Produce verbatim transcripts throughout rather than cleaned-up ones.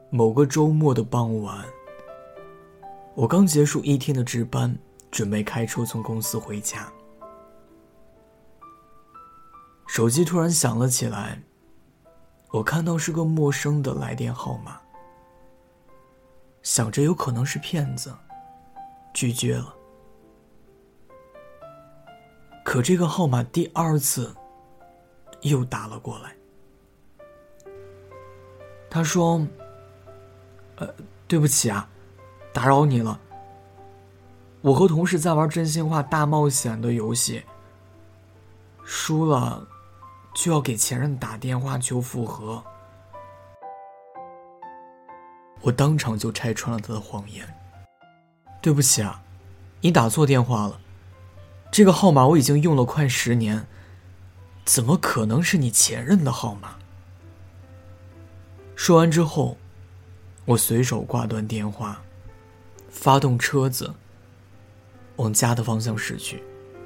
某个周末的傍晚，我刚结束一天的值班，准备开车从公司回家，手机突然响了起来，我看到是个陌生的来电号码，想着有可能是骗子，拒绝了。可这个号码第二次又打了过来，他说：呃，对不起啊，打扰你了。我和同事在玩真心话大冒险的游戏，输了就要给前任打电话求复合。我当场就拆穿了他的谎言。对不起啊，你打错电话了，这个号码我已经用了快十年，怎么可能是你前任的号码？说完之后，我随手挂断电话，发动车子往家的方向驶去。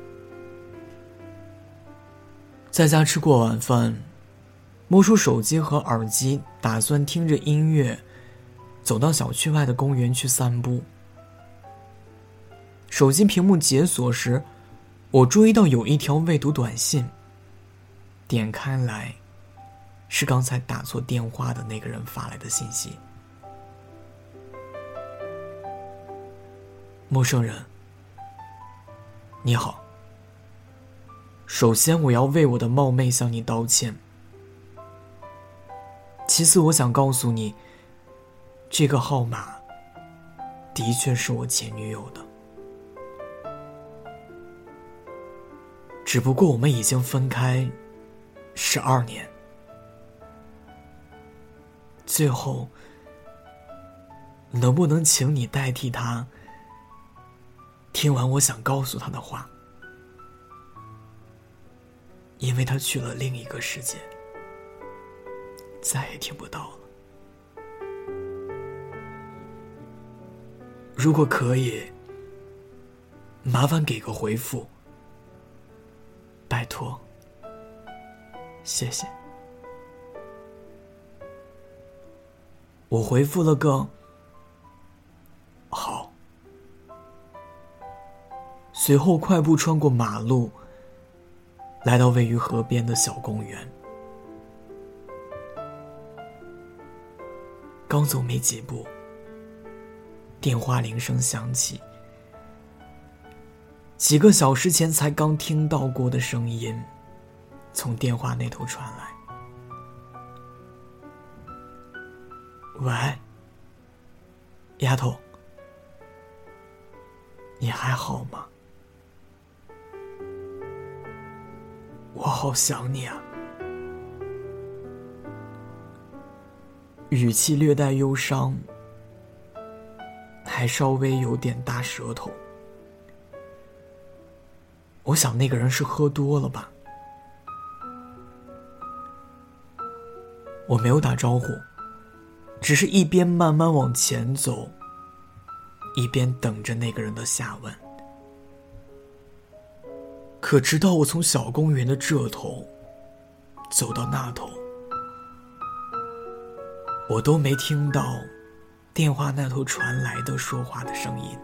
在家吃过晚饭，摸出手机和耳机，打算听着音乐走到小区外的公园去散步。手机屏幕解锁时，我注意到有一条未读短信，点开来是刚才打错电话的那个人发来的信息。陌生人，你好。首先我要为我的冒昧向你道歉。其次我想告诉你，这个号码的确是我前女友的，只不过我们已经分开十二年。最后，能不能请你代替她听完我想告诉她的话？因为她去了另一个世界，再也听不到了。如果可以，麻烦给个回复，拜托，谢谢。我回复了个好，随后快步穿过马路，来到位于河边的小公园。刚走没几步，电话铃声响起，几个小时前才刚听到过的声音从电话那头传来。喂，丫头，你还好吗？我好想你啊。语气略带忧伤，还稍微有点大舌头。我想那个人是喝多了吧。我没有打招呼，只是一边慢慢往前走，一边等着那个人的下文。可直到我从小公园的这头走到那头，我都没听到电话那头传来的说话的声音。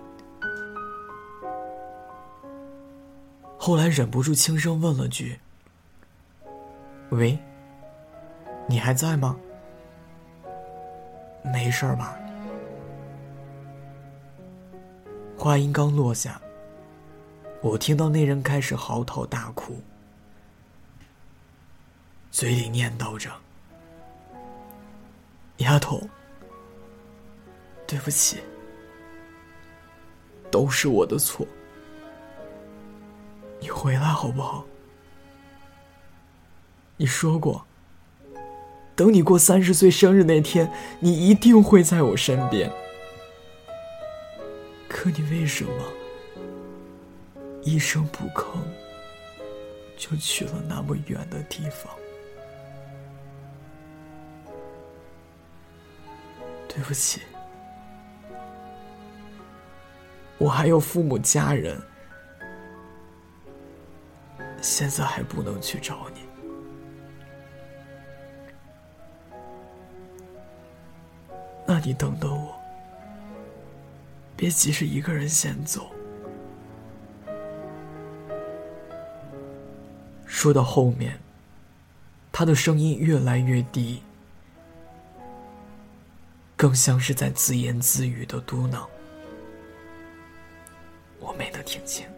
后来忍不住轻声问了句：喂，你还在吗？没事吧？话音刚落下，我听到那人开始嚎啕大哭，嘴里念叨着：丫头，对不起，都是我的错，你回来好不好？你说过，等你过三十岁生日那天，你一定会在我身边。可你为什么一声不吭就去了那么远的地方？对不起，我还有父母家人，现在还不能去找你。那那你等等我，别急着一个人先走。说到后面，他的声音越来越低，更像是在自言自语的嘟囔，我没能听清。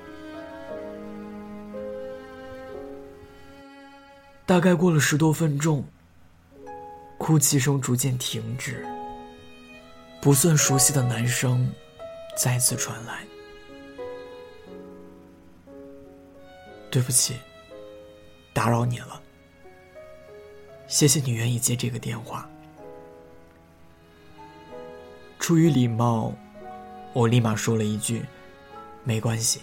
大概过了十多分钟，哭泣声逐渐停止，不算熟悉的男声再次传来。对不起，打扰你了，谢谢你愿意接这个电话。出于礼貌，我立马说了一句没关系。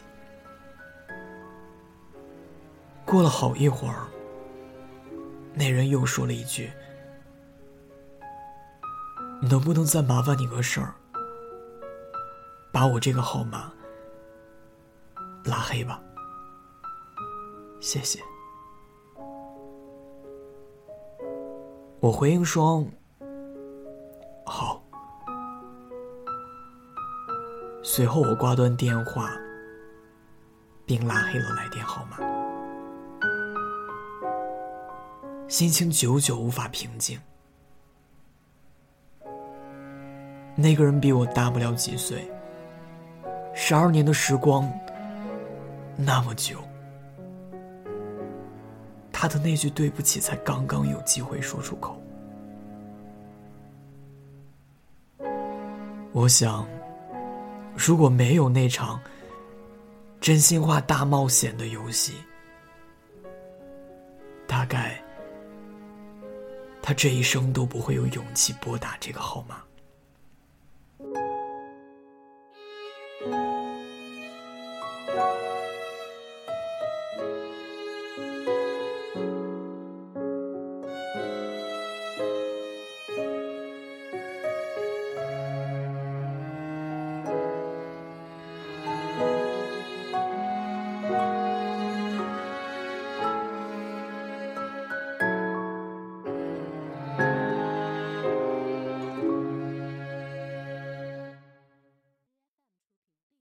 过了好一会儿，那人又说了一句，能不能再麻烦你个事儿，把我这个号码拉黑吧，谢谢。我回应说好。随后我挂断电话，并拉黑了来电号码，心情久久无法平静。那个人比我大不了几岁，十二年的时光那么久，他的那句对不起才刚刚有机会说出口。我想，如果没有那场真心话大冒险的游戏，大概他这一生都不会有勇气拨打这个号码。